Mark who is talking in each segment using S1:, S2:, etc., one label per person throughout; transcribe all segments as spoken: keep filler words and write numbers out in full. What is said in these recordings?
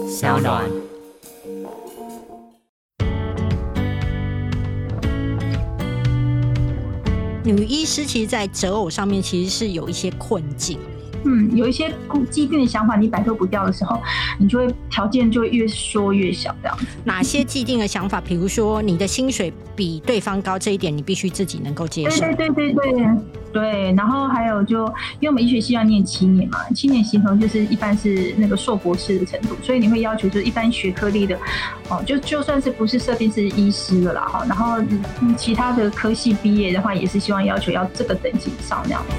S1: 小暖。
S2: 女医师其实在择偶上面其实是有一些困境，
S3: 嗯，有一些既定的想法你摆脱不掉的时候，你就会条件就会越缩越小这样子。
S2: 哪些既定的想法？比如说你的薪水比对方高，这一点你必须自己能够接受。
S3: 对对对对对对。然后还有就因为我们医学系要念七年嘛，七年形同就是一般是那个硕博士的程度，所以你会要求就是一般学科类的哦，就就算是不是设定是医师了啦哈，然后其他的科系毕业的话，也是希望要求要这个等级以上这样子。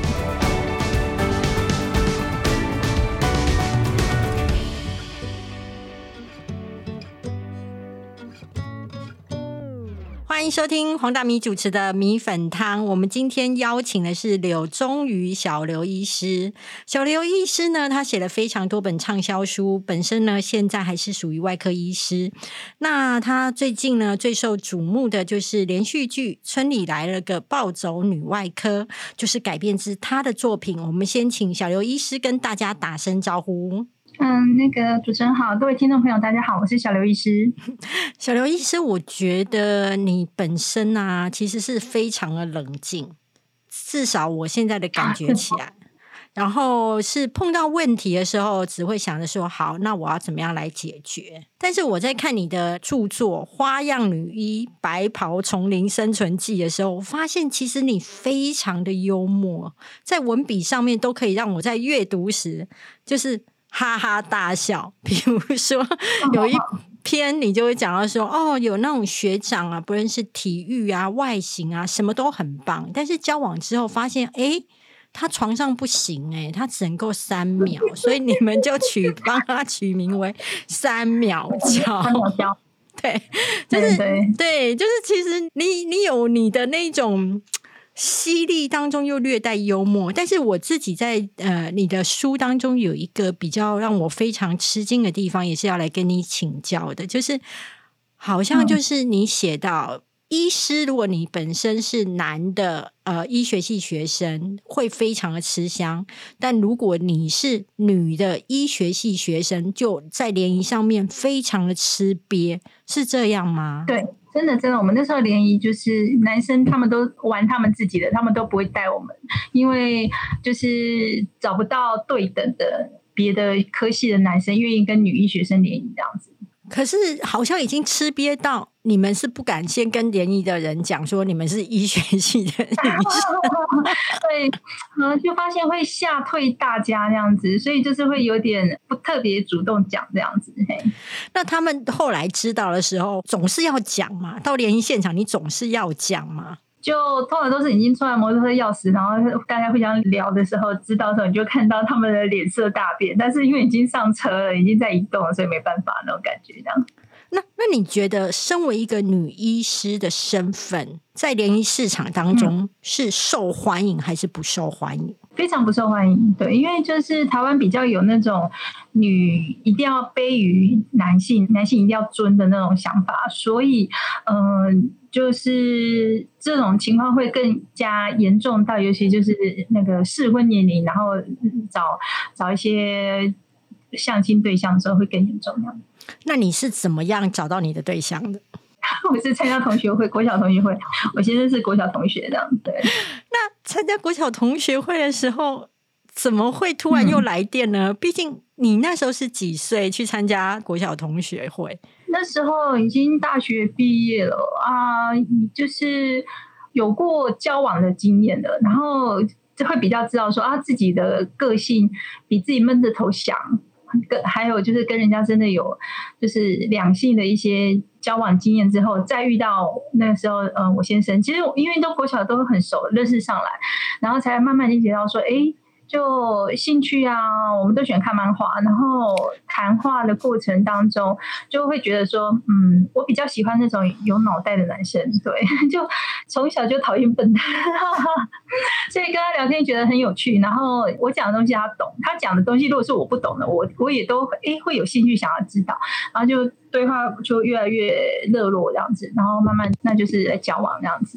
S2: 欢迎收听黄大米主持的米粉汤。我们今天邀请的是柳宗瑜小刘医师。小刘医师呢，他写了非常多本畅销书，本身呢现在还是属于外科医师。那他最近呢最受瞩目的就是连续剧《村里来了个暴走女外科》，就是改编自他的作品。我们先请小刘医师跟大家打声招呼。
S3: 嗯，那个主持人好，各位听众朋友大家好，我是小刘医师。
S2: 小刘医师，我觉得你本身啊其实是非常的冷静，至少我现在的感觉起来、啊、然后是碰到问题的时候只会想着说好，那我要怎么样来解决。但是我在看你的著作《花样女医白袍丛林生存记》的时候，我发现其实你非常的幽默，在文笔上面都可以让我在阅读时就是哈哈大笑。比如说有一篇你就会讲到说，哦，有那种学长啊，不论是体育啊、外形啊，什么都很棒，但是交往之后发现，哎，他床上不行，哎，他只能够三秒，所以你们就取帮他取名为三秒胶。
S3: 三秒胶，
S2: 对，就是
S3: 对对
S2: 对，就是其实你你有你的那种犀利当中又略带幽默，但是我自己在呃你的书当中有一个比较让我非常吃惊的地方，也是要来跟你请教的，就是好像就是你写到、嗯、医师如果你本身是男的呃医学系学生会非常的吃香，但如果你是女的医学系学生就在联谊上面非常的吃瘪，是这样吗？
S3: 对，真的真的，我们那时候联谊就是男生他们都玩他们自己的，他们都不会带我们，因为就是找不到对等的别的科系的男生愿意跟女医学生联谊这样子。
S2: 可是好像已经吃瘪到你们是不敢先跟联谊的人讲说你们是医学系的女生
S3: 对、呃，就发现会吓退大家这样子，所以就是会有点不特别主动讲这样子。
S2: 那他们后来知道的时候总是要讲嘛，到联谊现场你总是要讲嘛？
S3: 就通常都是已经出来摩托车钥匙，然后大家互相聊的时候，知道的时候你就看到他们的脸色大变，但是因为已经上车了，已经在移动了，所以没办法那种感觉这样。
S2: 那那你觉得身为一个女医师的身份在联谊市场当中是受欢迎还是不受欢迎？
S3: 非常不受欢迎，对，因为就是台湾比较有那种女一定要卑于男性，男性一定要尊的那种想法，所以嗯、呃，就是这种情况会更加严重到，尤其就是那个适婚年龄，然后找找一些相亲对象的时候会更严重。
S2: 那你是怎么样找到你的对象的？
S3: 我是参加同学会，国小同学会，我先生是国小同学这样。对，
S2: 那参加国小同学会的时候怎么会突然又来电呢？嗯、毕竟你那时候是几岁去参加国小同学会？
S3: 那时候已经大学毕业了啊，就是有过交往的经验的，然后就会比较知道说啊，自己的个性比自己闷着头想，还有就是跟人家真的有就是两性的一些交往经验之后，再遇到那个时候，嗯，我先生其实因为都国小都很熟，认识上来，然后才慢慢理解到说，哎，就兴趣啊，我们都喜欢看漫画，然后谈话的过程当中，就会觉得说，嗯，我比较喜欢那种有脑袋的男生，对，就从小就讨厌笨蛋，所以跟他聊天觉得很有趣，然后我讲的东西他懂，他讲的东西如果是我不懂的，我我也都诶会有兴趣想要知道，然后就对话就越来越热络这样子，然后慢慢那就是来交往这样子。嗯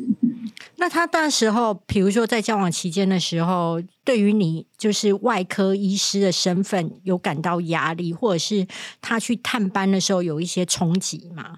S2: 那他那时候比如说在交往期间的时候，对于你就是外科医师的身份有感到压力，或者是他去探班的时候有一些冲击吗？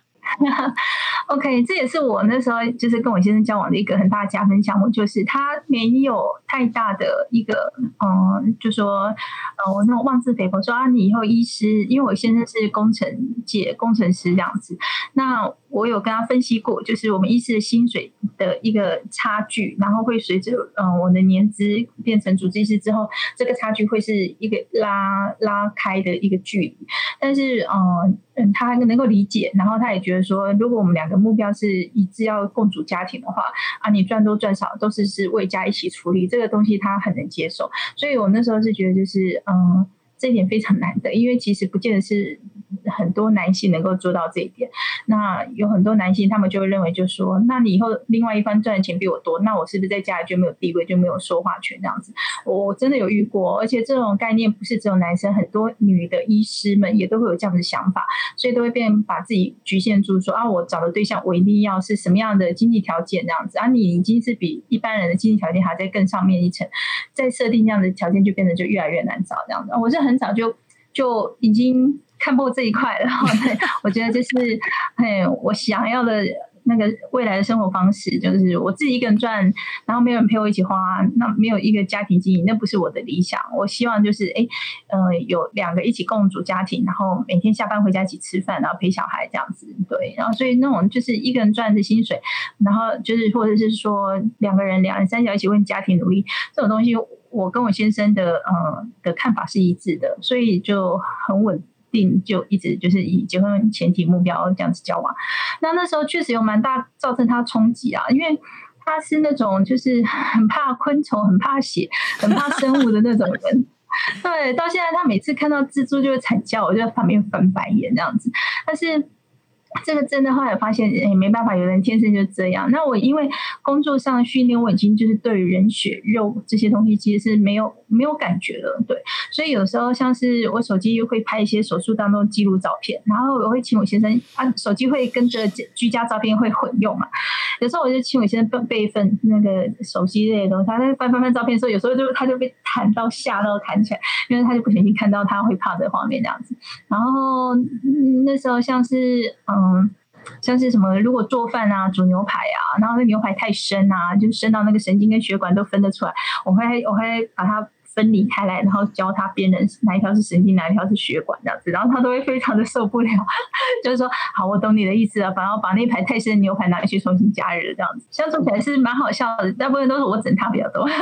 S3: OK， 这也是我那时候就是跟我先生交往的一个很大的加分项目，就是他没有太大的一个嗯，就说呃，我那种妄自菲薄说啊，你以后医师，因为我先生是工程界工程师这样子，那我有跟他分析过，就是我们医师的薪水的一个差距，然后会随着嗯、呃、我的年资变成主治医师之后，这个差距会是一个拉拉开的一个距离，但是嗯。嗯，他能够理解，然后他也觉得说，如果我们两个目标是一致要共组家庭的话，啊，你赚多赚少都是是为家一起处理，这个东西他很能接受。所以我那时候是觉得就是，嗯，这一点非常难的，因为其实不见得是很多男性能够做到这一点。那有很多男性他们就会认为，就说，那你以后另外一方赚的钱比我多，那我是不是在家里就没有地位，就没有说话权这样子？我真的有遇过，而且这种概念不是只有男生，很多女的医师们也都会有这样的想法，所以都会变把自己局限住说，啊，我找的对象我一定要是什么样的经济条件这样子啊，你已经是比一般人的经济条件还在更上面一层，再设定这样的条件就变得就越来越难找这样子。我是很早就就已经看破这一块了，对，我觉得就是嘿，我想要的那个未来的生活方式，就是我自己一个人赚，然后没有人陪我一起花，那没有一个家庭经营，那不是我的理想。我希望就是哎，呃，有两个一起共组家庭，然后每天下班回家一起吃饭，然后陪小孩这样子，对。然后所以那种就是一个人赚的薪水，然后就是或者是说两个人两人三角一起为家庭努力，这种东西，我跟我先生的呃的看法是一致的，所以就很稳。就一直就是以结婚前提目标这样子交往，那那时候确实有蛮大造成他冲击啊，因为他是那种就是很怕昆虫、很怕血、很怕生物的那种人。对，到现在他每次看到蜘蛛就会惨叫，我就在旁边翻白眼这样子。但是这个真的后来发现，哎，没办法，有人天生就这样。那我因为工作上训练，我已经就是对于人血肉这些东西其实是没有没有感觉了，对。所以有时候像是我手机会拍一些手术当中记录照片，然后我会请我先生啊，手机会跟着居家照片会混用嘛。有时候我就请我先生备份那个手机类的东西，他在翻翻翻照片的时候，有时候就他就被弹到吓到弹起来，因为他就不小心看到他会怕的画面这样子。然后、嗯、那时候像是嗯。嗯，像是什么，如果做饭啊、煮牛排啊，然后那牛排太深啊，就深到那个神经跟血管都分得出来，我会我会把它分离开来，然后教他辨认哪一条是神经，哪一条是血管这样子，然后他都会非常的受不了，就是说好，我懂你的意思了，反正把那排太深的牛排拿去重新加热这样子，相处起来是蛮好笑的，大部分都是我整他比较多。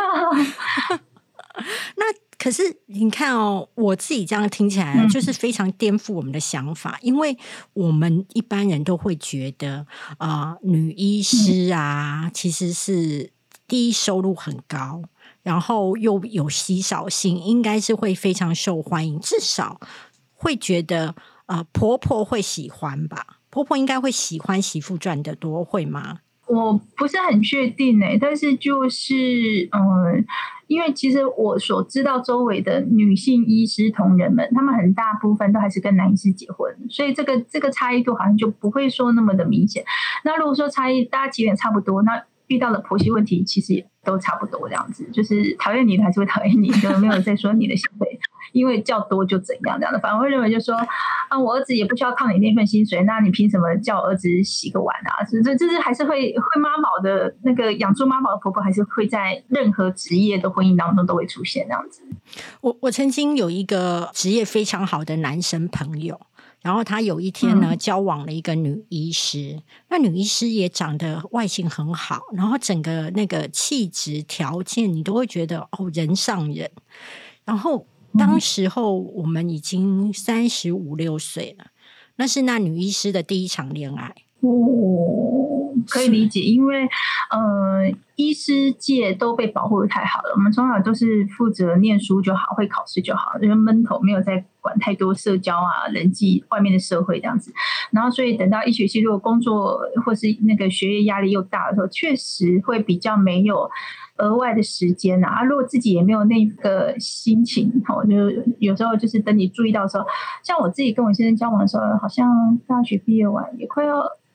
S2: 那可是你看哦，我自己这样听起来就是非常颠覆我们的想法，嗯、因为我们一般人都会觉得啊、呃，女医师啊、嗯、其实是第一收入很高，然后又有稀少性，应该是会非常受欢迎，至少会觉得呃婆婆会喜欢吧？婆婆应该会喜欢媳妇赚得多，会吗？
S3: 我不是很确定诶、欸，但是就是嗯，因为其实我所知道周围的女性医师同仁们，他们很大部分都还是跟男医师结婚，所以这个这个差异度好像就不会说那么的明显。那如果说差异大家起点差不多，那遇到的婆媳问题其实也都差不多这样子，就是讨厌你的还是会讨厌你，就没有在说你的薪水因为较多就怎样这样的，反而会认为就说啊，我儿子也不需要靠你那份薪水，那你凭什么叫我儿子洗个碗啊？这这这还是会会妈宝的那个养猪妈宝的婆婆，还是会在任何职业的婚姻当中都会出现这样子。
S2: 我我曾经有一个职业非常好的男生朋友。然后他有一天呢，交往了一个女医师，嗯、那女医师也长得外形很好，然后整个那个气质条件，你都会觉得哦，人上人。然后当时候我们已经三十五六岁了，那是那女医师的第一场恋爱。
S3: 哦，可以理解，因为呃，医师界都被保护得太好了。我们从小都是负责念书就好，会考试就好，就是闷头，没有在管太多社交啊、人际、外面的社会这样子。然后，所以等到医学系如果工作或是那个学业压力又大的时候，确实会比较没有额外的时间啊。如果自己也没有那个心情，哦，就有时候就是等你注意到的时候，像我自己跟我先生交往的时候，好像大学毕业完也快要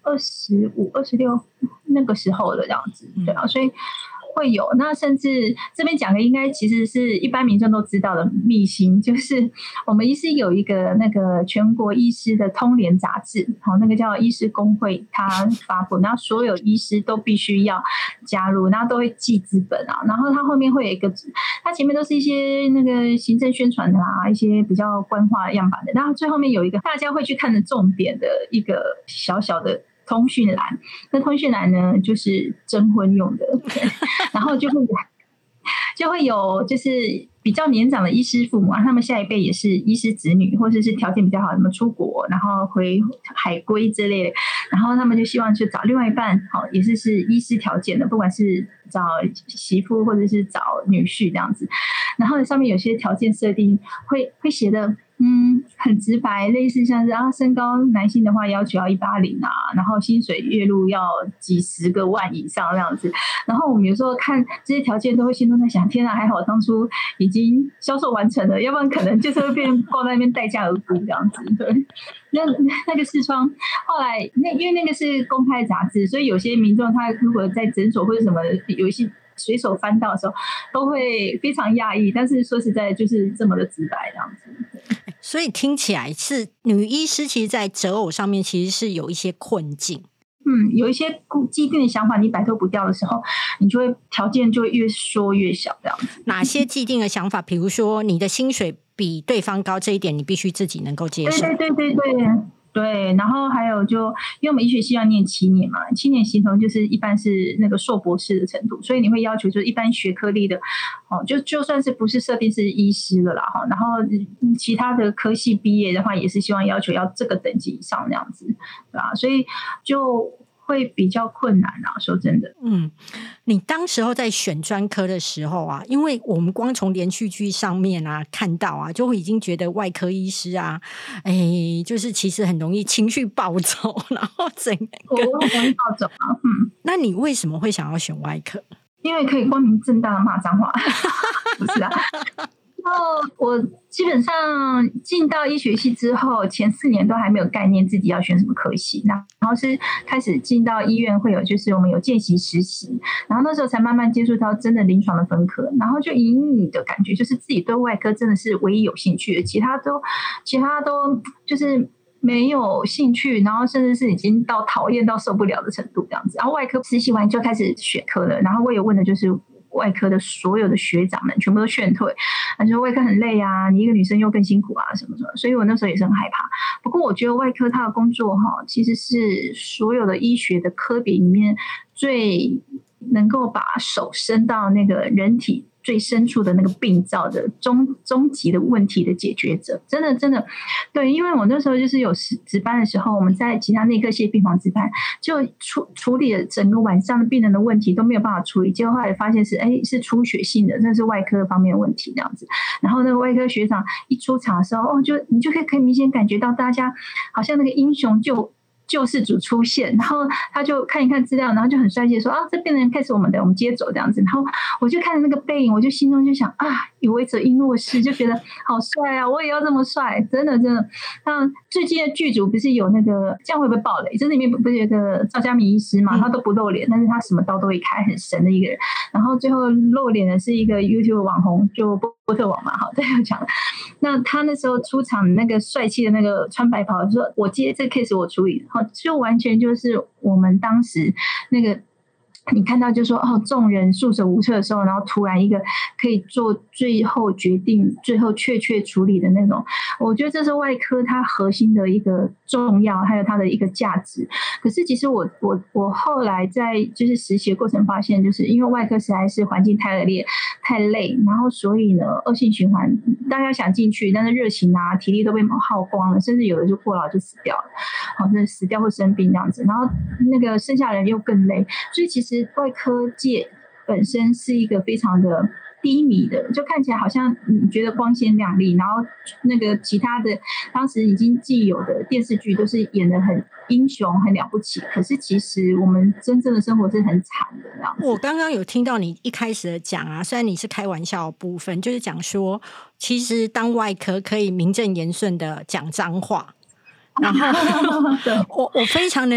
S3: 二十五、二十六那个时候的这样子，对啊，所以会有。那甚至这边讲的应该其实是一般民众都知道的秘辛，就是我们医师有一个那个全国医师的通联杂志，好，那个叫医师工会，他发布，然后所有医师都必须要加入，然后都会寄资本啊，然后它后面会有一个，它前面都是一些那个行政宣传的啊，一些比较官话样板的，然后最后面有一个大家会去看的重点的一个小小的通讯栏，那通讯栏呢就是征婚用的，然后就会有就会有就是比较年长的医师父母啊，他们下一辈也是医师子女，或者是条件比较好，什么出国然后回海归之类的，然后他们就希望去找另外一半，好，也是是医师条件的，不管是找媳妇或者是找女婿这样子，然后上面有些条件设定会会写的嗯，很直白，类似像是啊，身高男性的话要求要一百八十啊，然后薪水月入要几十个万以上这样子。然后我们有时候看这些条件，都会心中在想：天啊，还好我当初已经销售完成了，要不然可能就是会变挂在那边待价而沽这样子。对，那那个视窗后来那因为那个是公开杂志，所以有些民众他如果在诊所或者什么有一些随手翻到的时候，都会非常讶异。但是说实在，就是这么的直白这样子。
S2: 所以听起来是女医师其实在择偶上面其实是有一些困境。
S3: 嗯，有一些既定的想法你摆脱不掉的时候，你就会条件就会越缩越小这样子。
S2: 哪些既定的想法？比如说你的薪水比对方高，这一点你必须自己能够接受。
S3: 对对对对对。对，然后还有就因为我们医学系要念七年嘛，七年形同就是一般是那个硕博士的程度，所以你会要求就是一般学科类的，哦，就就算是不是设定是医师了啦，哈，然后其他的科系毕业的话，也是希望要求要这个等级以上这样子，对吧？所以就会比较困难啊，说真的。
S2: 嗯，你当时候在选专科的时候啊，因为我们光从连续剧上面啊看到啊，就会已经觉得外科医师啊，哎，就是其实很容易情绪暴走，然后整个
S3: 我容易暴走啊。嗯，
S2: 那你为什么会想要选外科？
S3: 因为可以光明正大的骂脏话，不是啊。然后我基本上进到医学系之后，前四年都还没有概念自己要选什么科系，然后是开始进到医院会有就是我们有见习实习，然后那时候才慢慢接触到真的临床的分科，然后就隐隐的感觉就是自己对外科真的是唯一有兴趣的，其他都其他都就是没有兴趣，然后甚至是已经到讨厌到受不了的程度这样子。然后外科实习完就开始选科了，然后我也问的就是外科的所有的学长们全部都劝退，他说外科很累啊，你一个女生又更辛苦啊什么什么，所以我那时候也是很害怕。不过我觉得外科它的工作哈，其实是所有的医学的科别里面最能够把手伸到那个人体最深处的那个病灶的终终极的问题的解决者，真的真的对，因为我那时候就是有值班的时候，我们在其他内科系病房值班，就处处理了整个晚上的病人的问题都没有办法处理，结果后来发现是哎是出血性的，这是外科方面的问题这样子。然后那个外科学长一出场的时候，哦，就你就可以可以明显感觉到大家好像那个英雄救救世主出现，然后他就看一看资料，然后就很帅气说啊，这病人开始我们的，我们接走这样子。然后我就看着那个背影，我就心中就想啊，有为者因若是，就觉得好帅啊，我也要这么帅，真的真的。那最近的剧组不是有那个，这样会不会爆雷？这里面不是有个赵家明医师嘛，他都不露脸，但是他什么刀都会开，很神的一个人。然后最后露脸的是一个 YouTube 网红，就波特网嘛，好，这样讲。那他那时候出场那个帅气的那个穿白袍，说我接这 case 我处理，好，就完全就是我们当时那个。你看到就说哦，众人束手无策的时候，然后突然一个可以做最后决定、最后确切处理的那种，我觉得这是外科它核心的一个重要，还有它的一个价值。可是其实我我我后来在就是实习的过程发现，就是因为外科实在是环境太恶劣、太累，然后所以呢恶性循环，大家想进去，但是热情啊、体力都被耗光了，甚至有的就过劳就死掉了，好，甚至死掉或生病这样子，然后那个剩下人又更累，所以其实。外科界本身是一个非常的低迷的，就看起来好像你觉得光鲜亮丽，然后那个其他的当时已经既有的电视剧都是演得很英雄很了不起，可是其实我们真正的生活是很惨的这样子。
S2: 我刚刚有听到你一开始的讲啊，虽然你是开玩笑的部分，就是讲说其实当外科可以名正言顺的讲脏话，然后我我非常能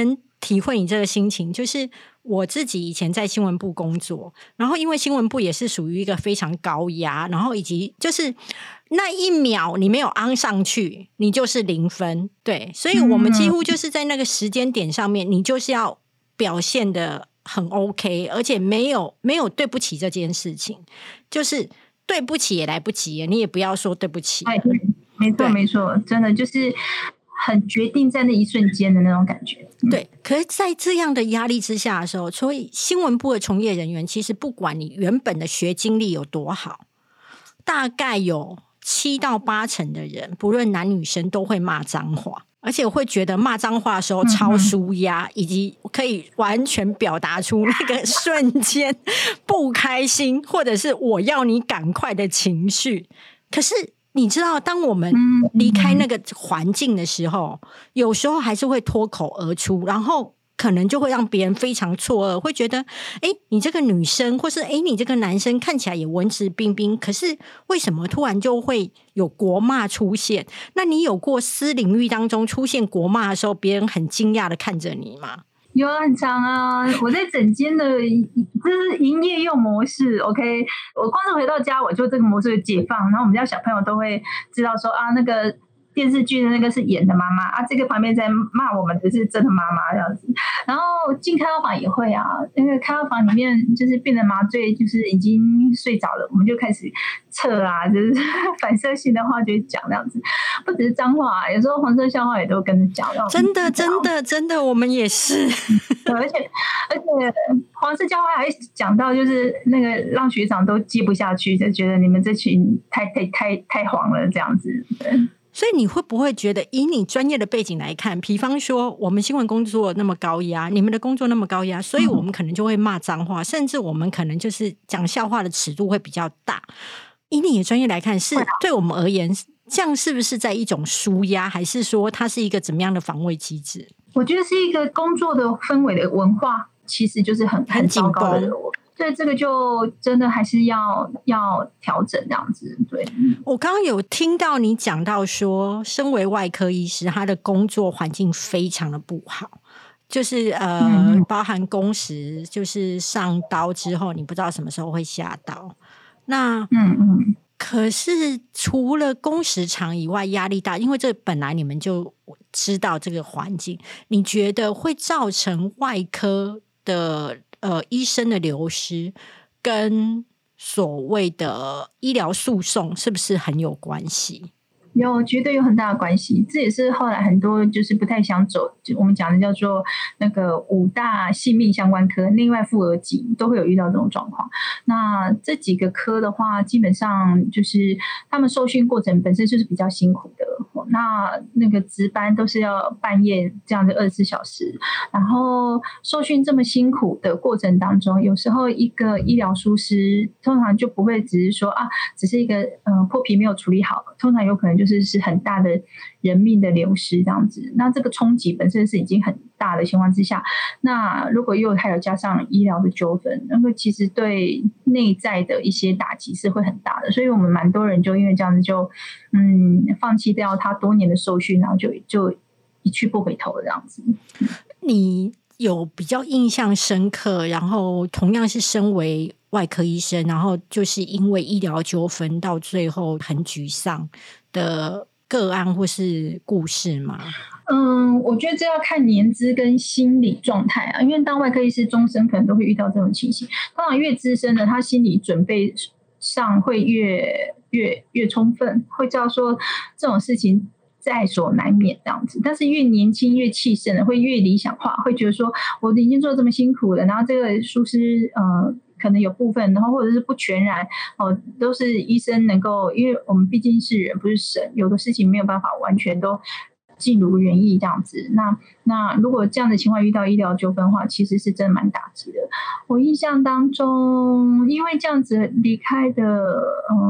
S2: 体会你这个心情，就是我自己以前在新闻部工作，然后因为新闻部也是属于一个非常高压，然后以及就是那一秒你没有昂上去，你就是零分，对，所以我们几乎就是在那个时间点上面，你就是要表现的很 OK， 而且没有没有对不起这件事情，就是对不起也来不及，你也不要说对不起。
S3: 哎，没错没错，真的就是很决定在那一瞬间的那种感觉。
S2: 嗯、对，可是在这样的压力之下的时候，所以新闻部的从业人员其实不管你原本的学经历有多好，大概有七到八成的人，不论男女生都会骂脏话，而且我会觉得骂脏话的时候超舒压、嗯、以及可以完全表达出那个瞬间不开心或者是我要你赶快的情绪。可是你知道当我们离开那个环境的时候，有时候还是会脱口而出，然后可能就会让别人非常错愕，会觉得诶你这个女生或是诶你这个男生看起来也文质彬彬，可是为什么突然就会有国骂出现？那你有过私领域当中出现国骂的时候，别人很惊讶的看着你吗？
S3: 有很长啊，我在整间的这是营业用模式 OK， 我光是回到家我就这个模式解放，然后我们家小朋友都会知道说啊那个电视剧的那个是演的妈妈啊，这个旁边在骂我们的是真的妈妈这样子。然后进开刀房也会啊，那个开刀房里面就是病人麻醉，就是已经睡着了，我们就开始测啊，就是反射性的话就讲这样子，不只是脏话、啊，有时候黄色笑话也都跟着讲。
S2: 真的真的真的，我们也是。
S3: 对，而且而且黄色笑话还讲到就是那个让学长都接不下去，就觉得你们这群太太太太黄了这样子。对。
S2: 所以你会不会觉得以你专业的背景来看，比方说我们新闻工作那么高压，你们的工作那么高压，所以我们可能就会骂脏话、嗯、甚至我们可能就是讲笑话的尺度会比较大。以你的专业来看，是对我们而言这样是不是在一种抒压，还是说它是一个怎么样的防卫机制？
S3: 我觉得是一个工作的氛围的文化，其实就是很很糟糕的。所以这个就真的还是要要调整这样子。对，
S2: 我刚刚有听到你讲到说，身为外科医师，他的工作环境非常的不好，就是呃，嗯、包含工时，就是上刀之后，你不知道什么时候会下刀。那
S3: 嗯嗯，
S2: 可是除了工时长以外，压力大，因为这本来你们就知道这个环境，你觉得会造成外科的？呃，医生的流失跟所谓的医疗诉讼是不是很有关系？
S3: 有，绝对有很大的关系。这也是后来很多就是不太想走，就我们讲的叫做那个五大性命相关科，内外妇儿疾都会有遇到这种状况。那这几个科的话，基本上就是他们受训过程本身就是比较辛苦的。那那个值班都是要半夜这样的二十四小时，然后受训这么辛苦的过程当中，有时候一个医疗疏失通常就不会只是说啊，只是一个呃破皮没有处理好，通常有可能就是是很大的人命的流失这样子。那这个冲击本身是已经很大的情况之下，那如果又还有加上医疗的纠纷，那个其实对内在的一些打击是会很大的。所以我们蛮多人就因为这样子就嗯放弃掉他多年的受训，然后就就一去不回头这样子。
S2: 你有比较印象深刻，然后同样是身为外科医生，然后就是因为医疗纠纷到最后很沮丧的个案或是故事吗？
S3: 嗯，我觉得这要看年资跟心理状态啊，因为当外科医师终身可能都会遇到这种情形。通常越资深的，他心理准备上会越越越充分，会知道说这种事情在所难免这样子。但是越年轻越气盛的，会越理想化，会觉得说我已经做这么辛苦了，然后这个疏失呃可能有部分，然后或者是不全然哦，都是医生能够，因为我们毕竟是人不是神，有的事情没有办法完全都尽如人意这样子。那那如果这样的情况遇到医疗纠纷的话，其实是真的蛮打击的。我印象当中，因为这样子离开的，嗯，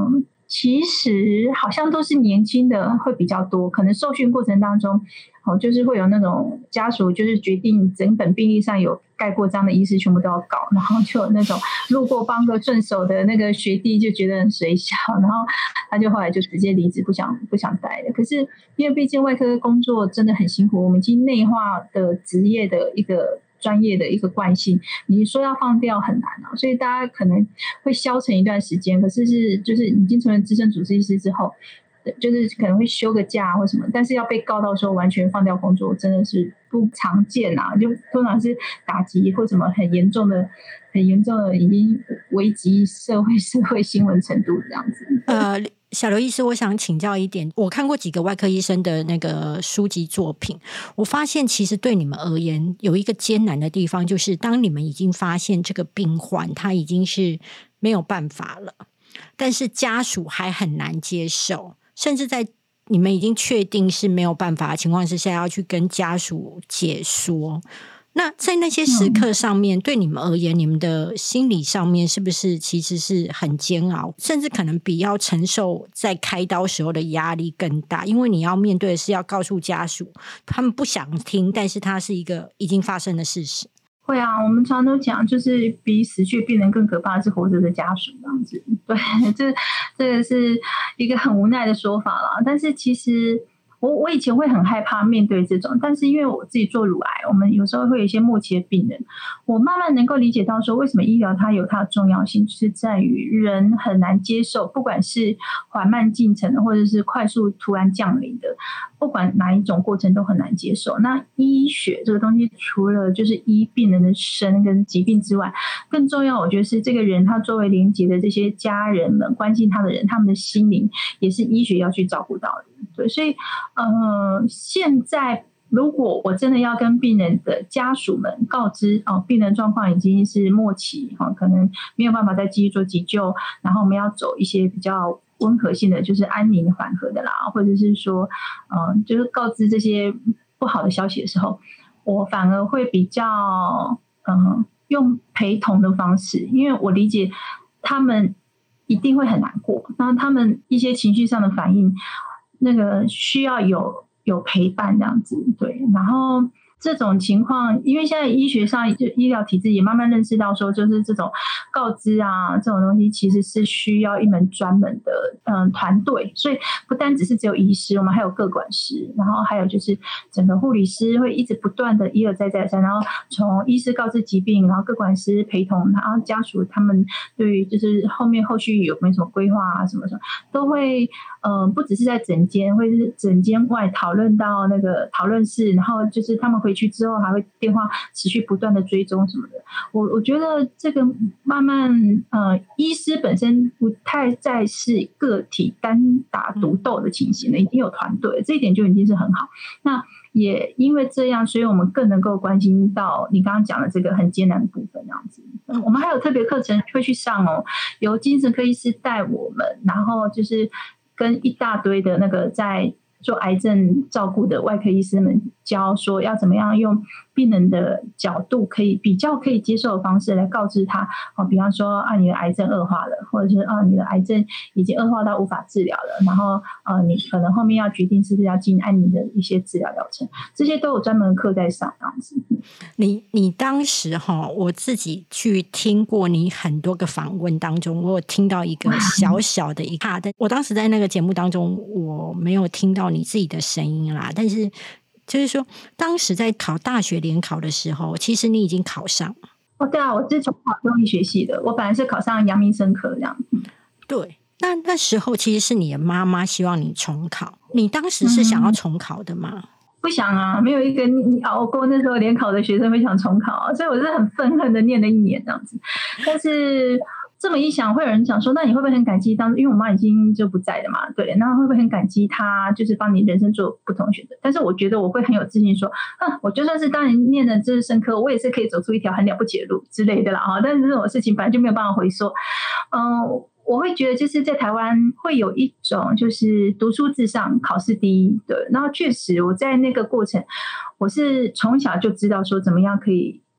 S3: 其实好像都是年轻的会比较多，可能受训过程当中，哦，就是会有那种家属就是决定整本病历上有盖过章的医师全部都要告，然后就有那种路过帮个顺手的那个学弟就觉得很水小，然后他就后来就直接离职，不想不想待了。可是因为毕竟外科工作真的很辛苦，我们已经内化的职业的一个专业的一个惯性，你说要放掉很难啊，所以大家可能会消沉一段时间。可是是就是已经成为资深主治医师之后，就是可能会休个假或什么，但是要被告到说完全放掉工作，真的是不常见啊。就通常是打击或什么很严重的、很严重的，已经危及社会社会新闻程度这样子。
S2: 呃。小刘医师，我想请教一点，我看过几个外科医生的那个书籍作品，我发现其实对你们而言有一个艰难的地方，就是当你们已经发现这个病患他已经是没有办法了，但是家属还很难接受，甚至在你们已经确定是没有办法的情况之下，要去跟家属解说。那在那些时刻上面、嗯、对你们而言，你们的心理上面是不是其实是很煎熬，甚至可能比要承受在开刀时候的压力更大，因为你要面对的是要告诉家属他们不想听，但是它是一个已经发生的事实。
S3: 会啊，我们常常都讲，就是比死去病人更可怕的是活着的家属这样子。对，这这个是一个很无奈的说法啦。但是其实我我以前会很害怕面对这种，但是因为我自己做乳癌，我们有时候会有一些末期的病人，我慢慢能够理解到说，为什么医疗它有它的重要性，就是在于人很难接受，不管是缓慢进程的，或者是快速突然降临的，不管哪一种过程都很难接受。那医学这个东西，除了就是医病人的生跟疾病之外，更重要，我觉得是这个人他作为连结的这些家人们，关心他的人，他们的心灵也是医学要去照顾到的。对，所以呃，现在如果我真的要跟病人的家属们告知哦，病人状况已经是末期，哦，可能没有办法再继续做急救，然后我们要走一些比较温和性的，就是安宁缓和的啦，或者是说，嗯、呃，就是告知这些不好的消息的时候，我反而会比较，嗯、呃，用陪同的方式，因为我理解他们一定会很难过，那他们一些情绪上的反应，那个需要有有陪伴这样子，对，然后这种情况，因为现在医学上就医疗体制也慢慢认识到说，就是这种告知啊这种东西其实是需要一门专门的嗯团队，所以不单只是只有医师，我们还有个管师，然后还有就是整个护理师会一直不断的一而再再而三，然后从医师告知疾病，然后个管师陪同，然后家属他们对于就是后面后续有没有什么规划啊什么什么，都会嗯、呃、不只是在诊间，会是诊间外讨论到那个讨论室，然后就是他们回去之后还会电话持续不断的追踪什么的。我我觉得这个慢慢呃，医师本身不太再是个体单打独斗的情形了，已经有团队，这一点就已经是很好。那也因为这样，所以我们更能够关心到你刚刚讲的这个很艰难的部分这样子。我们还有特别课程会去上哦，由精神科医师带我们，然后就是跟一大堆的那个在做癌症照顾的外科医师们教说要怎么样用病人的角度可以比较可以接受的方式来告知他，哦，比方说啊你的癌症恶化了，或者是啊你的癌症已经恶化到无法治疗了，然后呃你可能后面要决定是不是要进安宁的一些治疗疗程，这些都有专门的课在上这样子。
S2: 你你当时哈，我自己去听过你很多个访问当中，我有听到一个小小的一卡，但我当时在那个节目当中我没有听到你自己的声音啦，但是就是说当时在考大学联考的时候，其实你已经考上
S3: 哦。对啊，我是重考中医学系的，我本来是考上阳明生科这样。
S2: 对，那那时候其实是你的妈妈希望你重考，你当时是想要重考的吗？嗯，
S3: 不想啊，没有一个你熬过那时候联考的学生会想重考啊，所以我是很愤恨的念了一年这样子。但是这么一想，会有人讲说，那你会不会很感激当时，因为我妈已经就不在了嘛，对，那会不会很感激她就是帮你人生做不同的选择？但是我觉得我会很有自信说，啊，我就算是当年念的这是生科，我也是可以走出一条很了不起的路之类的啦啊。但是这种事情本来就没有办法回溯，嗯、呃。我会觉得就是在台湾会有一种就是读书至上考试第一的，然后确实我在那个过程我是从小就知道说怎么样可以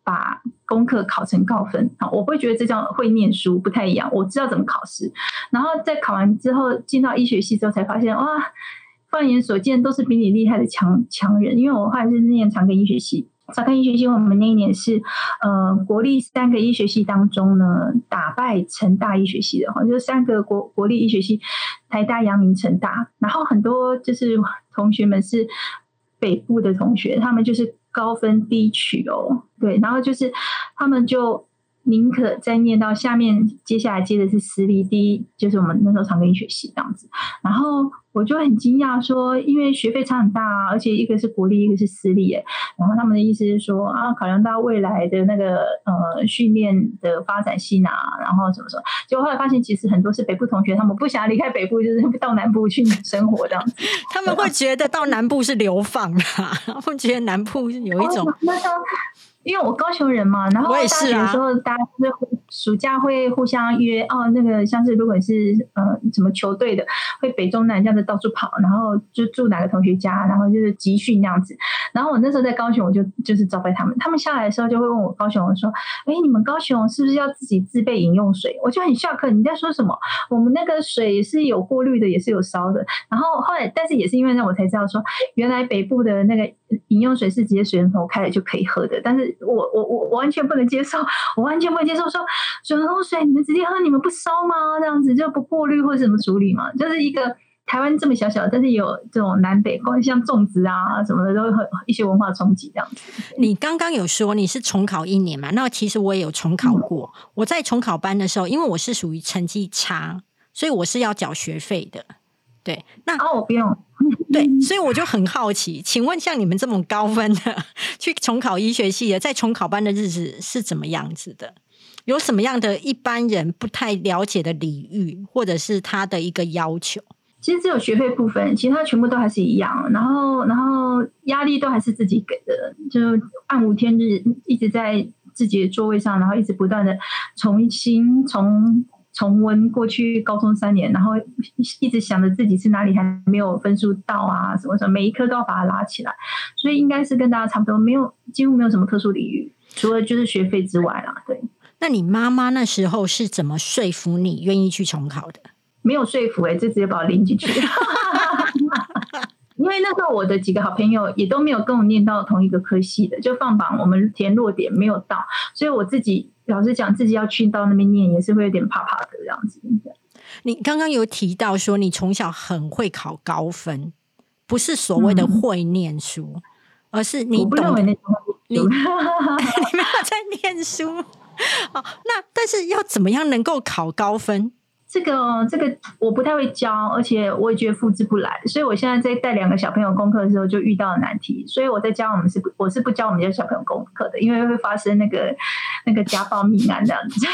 S3: 把功课考成高分，我会觉得这叫会念书，不太一样。我知道怎么考试，然后在考完之后进到医学系之后才发现，哇，放眼所见都是比你厉害的强强人。因为我后来是念长庚医学系，长庚医学系我们那一年是呃国立三个医学系当中呢打败成大医学系的，就是三个国国立医学系，台大、阳明、成大，然后很多就是同学们是北部的同学，他们就是高分低取哦，对，然后就是他们就宁可再念到下面，接下来接的是私立，第一就是我们那时候长庚医学系这样子，然后我就很惊讶说，因为学费差很大啊，而且一个是国立，一个是私立耶，然后他们的意思是说啊，考量到未来的那个呃训练的发展性啊，然后什么什么，结果后来发现其实很多是北部同学，他们不想要离开北部，就是到南部去生活这样子，
S2: 他们会觉得到南部是流放啊，他们觉得南部有一种。
S3: 哦，那因为我高雄人嘛，然后大学的时候大家是暑假会互相约哦，那个像是如果是呃什么球队的，会北中南这样子到处跑，然后就住哪个同学家，然后就是集训那样子。然后我那时候在高雄，我就就是招待他们，他们下来的时候就会问我高雄人说，哎，你们高雄是不是要自己自备饮用水？我就很下课，你在说什么？我们那个水也是有过滤的，也是有烧的。然后后来，但是也是因为那我才知道说，原来北部的那个饮用水是直接水龙头开了就可以喝的，但是我我我我完全不能接受，我完全不能接受说水龙头水你们直接喝，你们不烧吗？这样子就不过滤或者怎么处理嘛？就是一个台湾这么小小，但是有这种南北像粽子啊什么的，都会一些文化冲击这样子。
S2: 你刚刚有说你是重考一年嘛？那其实我也有重考过。嗯、我在重考班的时候，因为我是属于成绩差，所以我是要缴学费的。对，那
S3: 哦，我不用。
S2: 对，所以我就很好奇，请问像你们这么高分的去重考医学系的，在重考班的日子是怎么样子的？有什么样的一般人不太了解的礼遇，或者是他的一个要求？
S3: 其实只有学费部分，其他全部都还是一样，然后然后压力都还是自己给的，就暗无天日，一直在自己的座位上，然后一直不断的重新重重温过去高中三年，然后一直想着自己是哪里还没有分数到啊，什么什么，每一科都要把它拉起来，所以应该是跟大家差不多，没有几乎没有什么特殊礼遇，除了就是学费之外啦。对，
S2: 那你妈妈那时候是怎么说服你愿意去重考的？
S3: 没有说服、欸，就直接把我拎进去。因为那时候我的几个好朋友也都没有跟我念到同一个科系的，就放榜我们填落点没有到，所以我自己老实讲，自己要去到那边念也是会有点怕怕的这样子。
S2: 你刚刚有提到说你从小很会考高分，不是所谓的会念书，嗯、而是你懂得，
S3: 我不认为那种
S2: 你你没有在念书。好，那但是要怎么样能够考高分？
S3: 这个这个我不太会教，而且我也觉得复制不来，所以我现在在带两个小朋友功课的时候就遇到了难题，所以我在教我们是我是不教我们家小朋友功课的，因为会发生那个那个家暴命案这样子。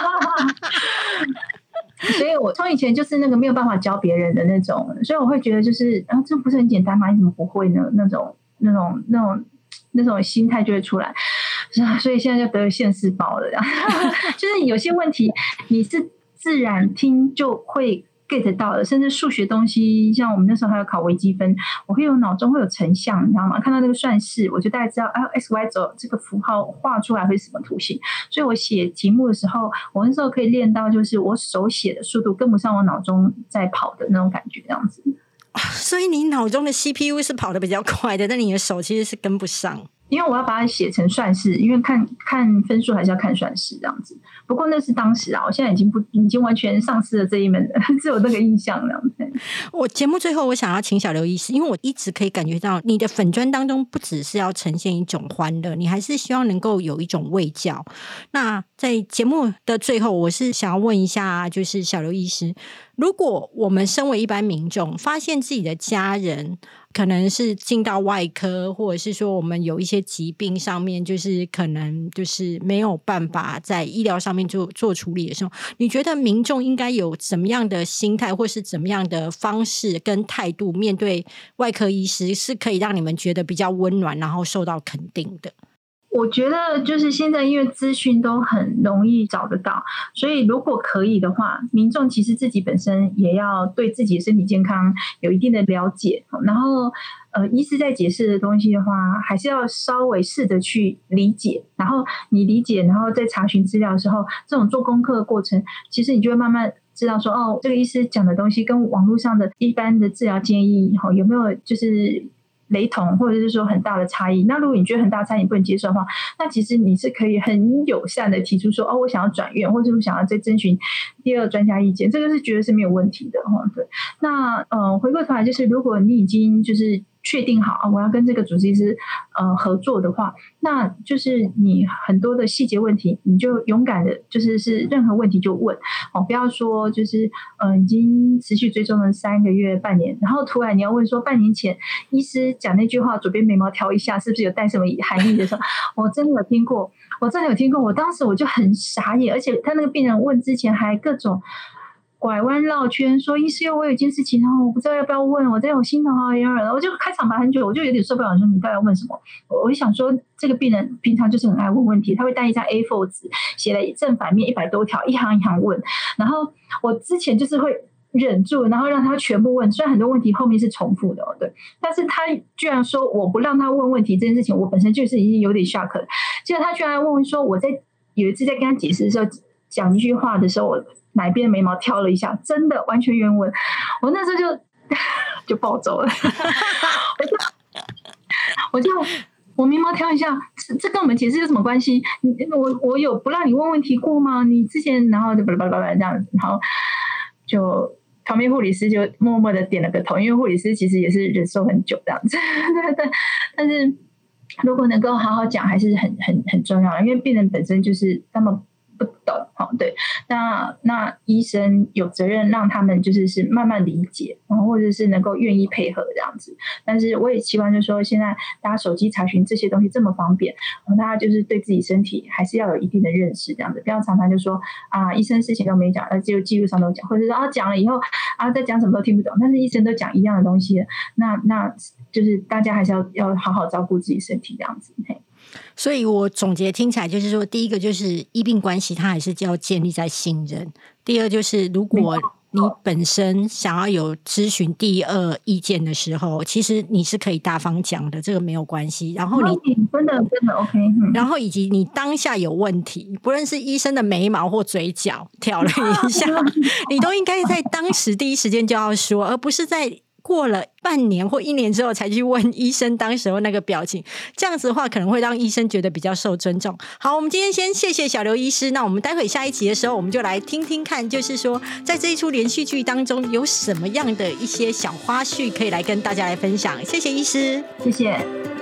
S3: 所以我从以前就是那个没有办法教别人的那种，所以我会觉得就是啊，这不是很简单吗？你怎么不会呢？那种那种那种那种心态就会出来，所以现在就得了现世报了。就是有些问题你是自然听就会 get 到的，甚至数学东西，像我们那时候还有考微积分，我会有脑中会有成像，你知道吗？看到那个算式，我就大概知道啊 x y 轴这个符号画出来会是什么图形。所以我写题目的时候，我那时候可以练到，就是我手写的速度跟不上我脑中在跑的那种感觉，这样子。
S2: 所以你脑中的 C P U 是跑得比较快的，但你的手其实是跟不上。
S3: 因为我要把它写成算式，因为看看分数还是要看算式这样子。不过那是当时啊，我现在已经不已经完全丧失了这一门了，只有那个印象了。
S2: 我节目最后我想要请小刘医师，因为我一直可以感觉到你的粉专当中不只是要呈现一种欢乐，你还是希望能够有一种卫教。那在节目的最后，我是想要问一下，就是小刘医师，如果我们身为一般民众，发现自己的家人可能是进到外科，或者是说我们有一些疾病上面，就是可能就是没有办法在医疗上面做做处理的时候，你觉得民众应该有怎么样的心态，或是怎么样的方式跟态度面对外科医师，是可以让你们觉得比较温暖，然后受到肯定的？
S3: 我觉得就是现在因为资讯都很容易找得到，所以如果可以的话，民众其实自己本身也要对自己的身体健康有一定的了解，然后呃，医师在解释的东西的话，还是要稍微试着去理解，然后你理解，然后在查询资料的时候，这种做功课的过程，其实你就会慢慢知道说，哦，这个医师讲的东西跟网络上的一般的治疗建议有没有就是雷同，或者是说很大的差异。那如果你觉得很大的差异你不能接受的话，那其实你是可以很友善的提出说，哦，我想要转院，或者我想要再征询第二专家意见，这个是绝对是没有问题的。对，那呃，回过头来就是，如果你已经就是确定好啊，我要跟这个主治医师呃合作的话，那就是你很多的细节问题，你就勇敢的，就是是任何问题就问哦，不要说就是呃已经持续追踪了三个月、半年，然后突然你要问说半年前医师讲那句话，左边眉毛挑一下，是不是有带什么含义的时候，我真的有听过，我真的有听过，我当时我就很傻眼，而且他那个病人问之前还各种拐弯绕圈说，医师，我有一件事情，然后我不知道要不要问，我在我心头好痒痒，我就开场白很久，我就有点受不了，说你到底要问什么？我就想说，这个病人平常就是很爱问问题，他会带一张 A 四 纸，写了正反面一百多条，一行一行问。然后我之前就是会忍住，然后让他全部问，虽然很多问题后面是重复的，对，但是他居然说我不让他问问题这件事情，我本身就是已经有点 shock 了。结果他居然问说，我在有一次在跟他解释的时候，讲一句话的时候，我哪一边眉毛挑了一下，真的完全原文，我那时候就就暴走了，我就我就我眉毛挑一下，这跟我们解释有什么关系？我我有不让你问问题过吗？你之前然后就巴拉巴拉巴拉这样子，然后就旁边护理师就默默的点了个头，因为护理师其实也是忍受很久这样子，对对，但是如果能够好好讲，还是很很很重要的，因为病人本身就是他们不懂，对，那那医生有责任让他们就是是慢慢理解，然后或者是能够愿意配合这样子。但是我也希望就是说，现在大家手机查询这些东西这么方便，大家就是对自己身体还是要有一定的认识，这样子，不要常常就说啊，医生事情都没讲，而只有记录上都讲，或者是啊讲了以后啊再讲什么都听不懂，但是医生都讲一样的东西，那那就是大家还是要要好好照顾自己身体这样子。嘿，
S2: 所以我总结听起来就是说，第一个就是医病关系它还是要建立在信任，第二就是如果你本身想要有咨询第二意见的时候，其实你是可以大方讲的，这个没有关系。然后你
S3: 真的真的 OK，嗯，
S2: 然后以及你当下有问题，不论是医生的眉毛或嘴角挑了一下，你都应该在当时第一时间就要说，而不是在过了半年或一年之后才去问医生当时候那个表情，这样子的话可能会让医生觉得比较受尊重。好，我们今天先谢谢小刘医师，那我们待会下一集的时候我们就来听听看，就是说在这一出连续剧当中有什么样的一些小花絮可以来跟大家来分享。谢谢医师，
S3: 谢谢。